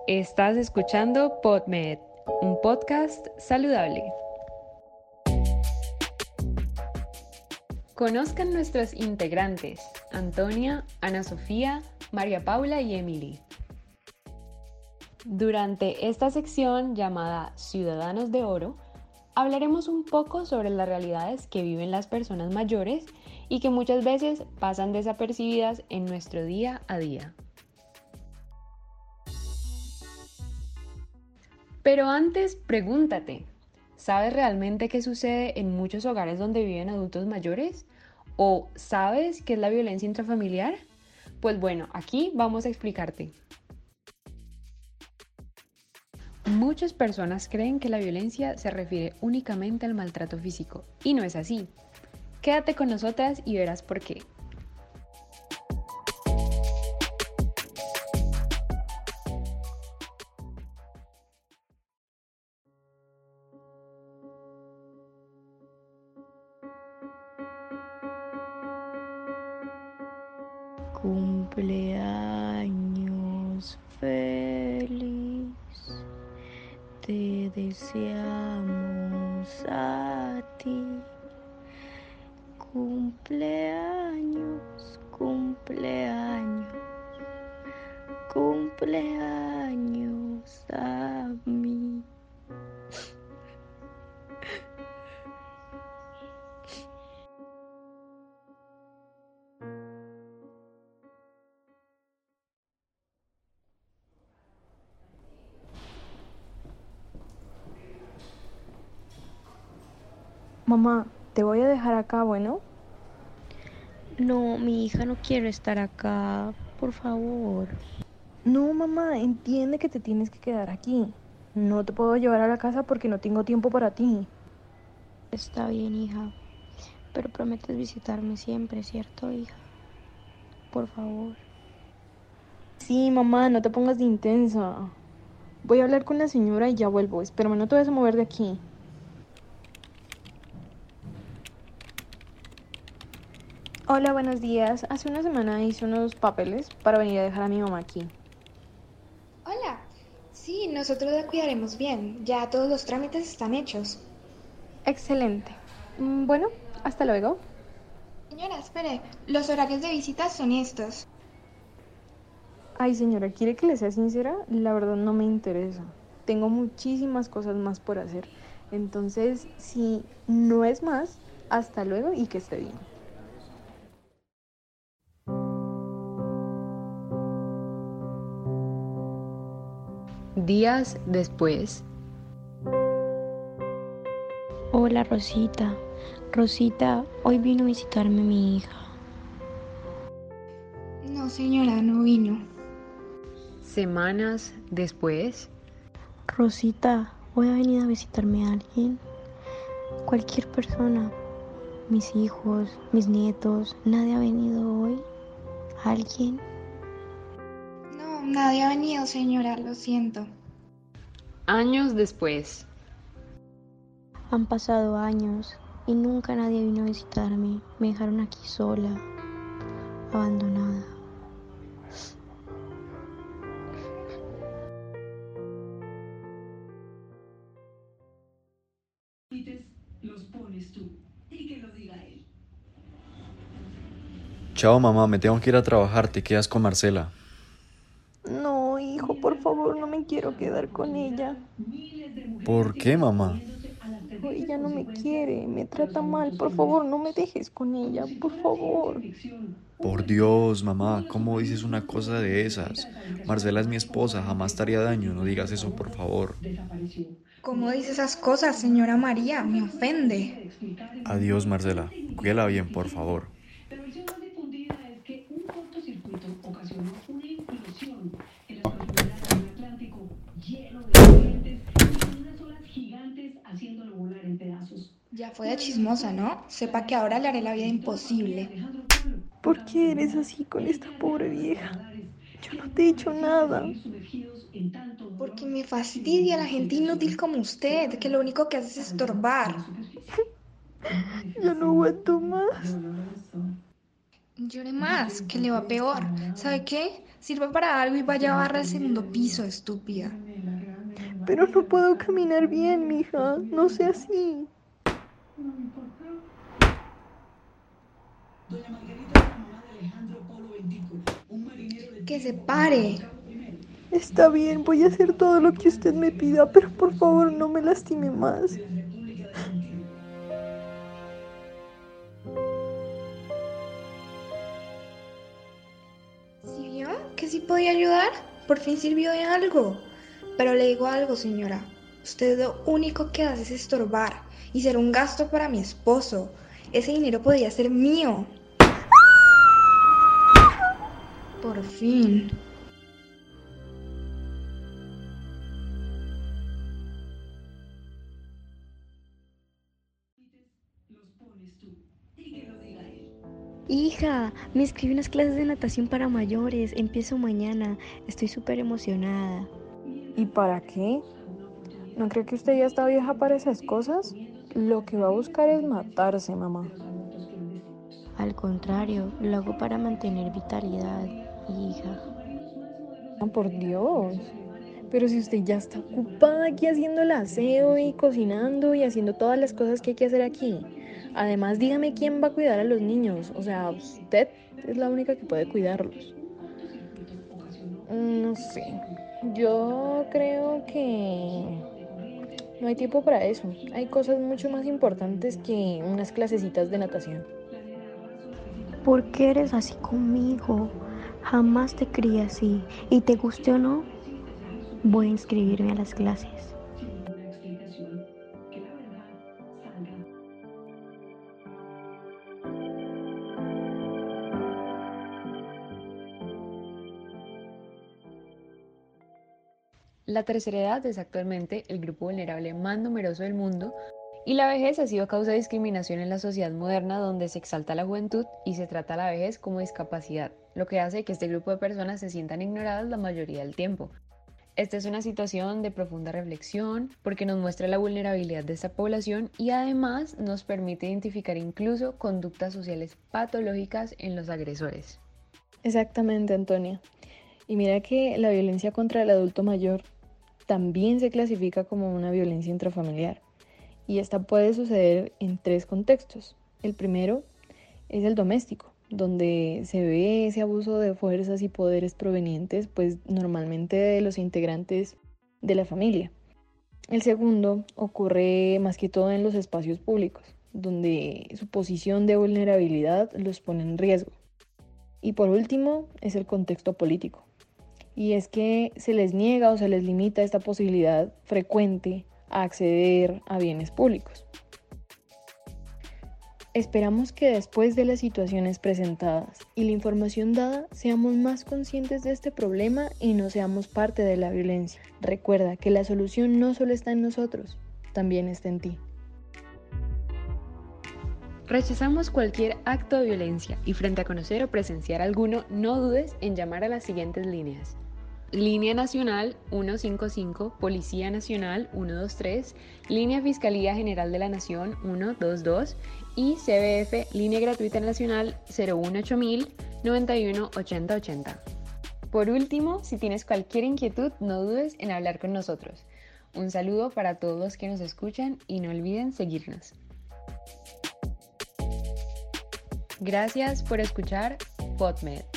Estás escuchando PodMed, un podcast saludable. Conozcan nuestros integrantes, Antonia, Ana Sofía, María Paula y Emily. Durante esta sección llamada Ciudadanos de Oro, hablaremos un poco sobre las realidades que viven las personas mayores y que muchas veces pasan desapercibidas en nuestro día a día. Pero antes, pregúntate, ¿sabes realmente qué sucede en muchos hogares donde viven adultos mayores? ¿O sabes qué es la violencia intrafamiliar? Pues bueno, aquí vamos a explicarte. Muchas personas creen que la violencia se refiere únicamente al maltrato físico, y no es así. Quédate con nosotras y verás por qué. Cumpleaños feliz, te deseamos a ti. Cumpleaños, cumpleaños, cumpleaños a mí. Mamá, te voy a dejar acá, bueno. No, mi hija no quiere estar acá, por favor. No, mamá, entiende que te tienes que quedar aquí. No te puedo llevar a la casa porque no tengo tiempo para ti. Está bien, hija, pero prometes visitarme siempre, ¿cierto, hija? Por favor. Sí, mamá, no te pongas de intensa. Voy a hablar con la señora y ya vuelvo. Espérame, no te vas a mover de aquí. Hola, buenos días. Hace una semana hice unos papeles para venir a dejar a mi mamá aquí. Hola, sí, nosotros la cuidaremos bien. Ya todos los trámites están hechos. Excelente. Bueno, hasta luego. Señora, espere, los horarios de visita son estos. Ay, señora, ¿quiere que le sea sincera? La verdad no me interesa. Tengo muchísimas cosas más por hacer. Entonces, si no es más, hasta luego y que esté bien. Días después. Hola, Rosita. Rosita, hoy vino a visitarme mi hija. No, señora, no vino. Semanas después. Rosita, hoy ha venido a visitarme a alguien. Cualquier persona. Mis hijos, mis nietos. ¿Nadie ha venido hoy? ¿Alguien? No, nadie ha venido, señora, lo siento. Años después. Han pasado años y nunca nadie vino a visitarme. Me dejaron aquí sola, abandonada. Chao mamá, me tengo que ir a trabajar, te quedas con Marcela. No, hijo, por favor, no me quiero quedar con ella. ¿Por qué mamá? Ella no me quiere, me trata mal. Por favor, no me dejes con ella, por favor. Por Dios, mamá, ¿cómo dices una cosa de esas? Marcela es mi esposa, jamás te haría daño, no digas eso, por favor. ¿Cómo dice esas cosas, señora María? Me ofende. Adiós, Marcela, cuídala bien, por favor. Ya fue de chismosa, ¿no? Sepa que ahora le haré la vida imposible. ¿Por qué eres así con esta pobre vieja? Yo no te he hecho nada. Porque me fastidia la gente inútil como usted, que lo único que hace es estorbar. Yo no aguanto más. Llore más, que le va peor. ¿Sabe qué? Sirva para algo y vaya a barra el segundo piso, estúpida. Pero no puedo caminar bien, mija. No sea así. Que se pare. Está bien, voy a hacer todo lo que usted me pida, pero por favor no me lastime más. ¿Sí vio que sí podía ayudar? Por fin sirvió de algo. Pero le digo algo, señora. Usted lo único que hace es estorbar y ser un gasto para mi esposo. Ese dinero podría ser mío. Por fin. Hija, me inscribí unas clases de natación para mayores. Empiezo mañana. Estoy súper emocionada. ¿Y para qué? ¿No cree que usted ya está vieja para esas cosas? Lo que va a buscar es matarse, mamá. Al contrario, lo hago para mantener vitalidad, hija. Ah, por Dios. Pero si usted ya está ocupada aquí haciendo el aseo y cocinando y haciendo todas las cosas que hay que hacer aquí. Además, dígame quién va a cuidar a los niños. O sea, usted es la única que puede cuidarlos. No sé. Yo creo que no hay tiempo para eso. Hay cosas mucho más importantes que unas clasecitas de natación. ¿Por qué eres así conmigo? Jamás te crié así. Y te guste o no, voy a inscribirme a las clases. La tercera edad es actualmente el grupo vulnerable más numeroso del mundo y la vejez ha sido causa de discriminación en la sociedad moderna donde se exalta la juventud y se trata a la vejez como discapacidad, lo que hace que este grupo de personas se sientan ignoradas la mayoría del tiempo. Esta es una situación de profunda reflexión porque nos muestra la vulnerabilidad de esta población y además nos permite identificar incluso conductas sociales patológicas en los agresores. Exactamente, Antonia. Y mira que la violencia contra el adulto mayor también se clasifica como una violencia intrafamiliar. Y esta puede suceder en 3 contextos. El primero es el doméstico, donde se ve ese abuso de fuerzas y poderes provenientes, pues normalmente de los integrantes de la familia. El segundo ocurre más que todo en los espacios públicos, donde su posición de vulnerabilidad los pone en riesgo. Y por último es el contexto político. Y es que se les niega o se les limita esta posibilidad frecuente a acceder a bienes públicos. Esperamos que después de las situaciones presentadas y la información dada seamos más conscientes de este problema y no seamos parte de la violencia. Recuerda que la solución no solo está en nosotros, también está en ti. Rechazamos cualquier acto de violencia y frente a conocer o presenciar alguno, no dudes en llamar a las siguientes líneas. Línea Nacional 155, Policía Nacional 123, Línea Fiscalía General de la Nación 122 y CBF Línea Gratuita Nacional 018000 91 80 80. Por último, si tienes cualquier inquietud, no dudes en hablar con nosotros. Un saludo para todos los que nos escuchan y no olviden seguirnos. Gracias por escuchar PodMed.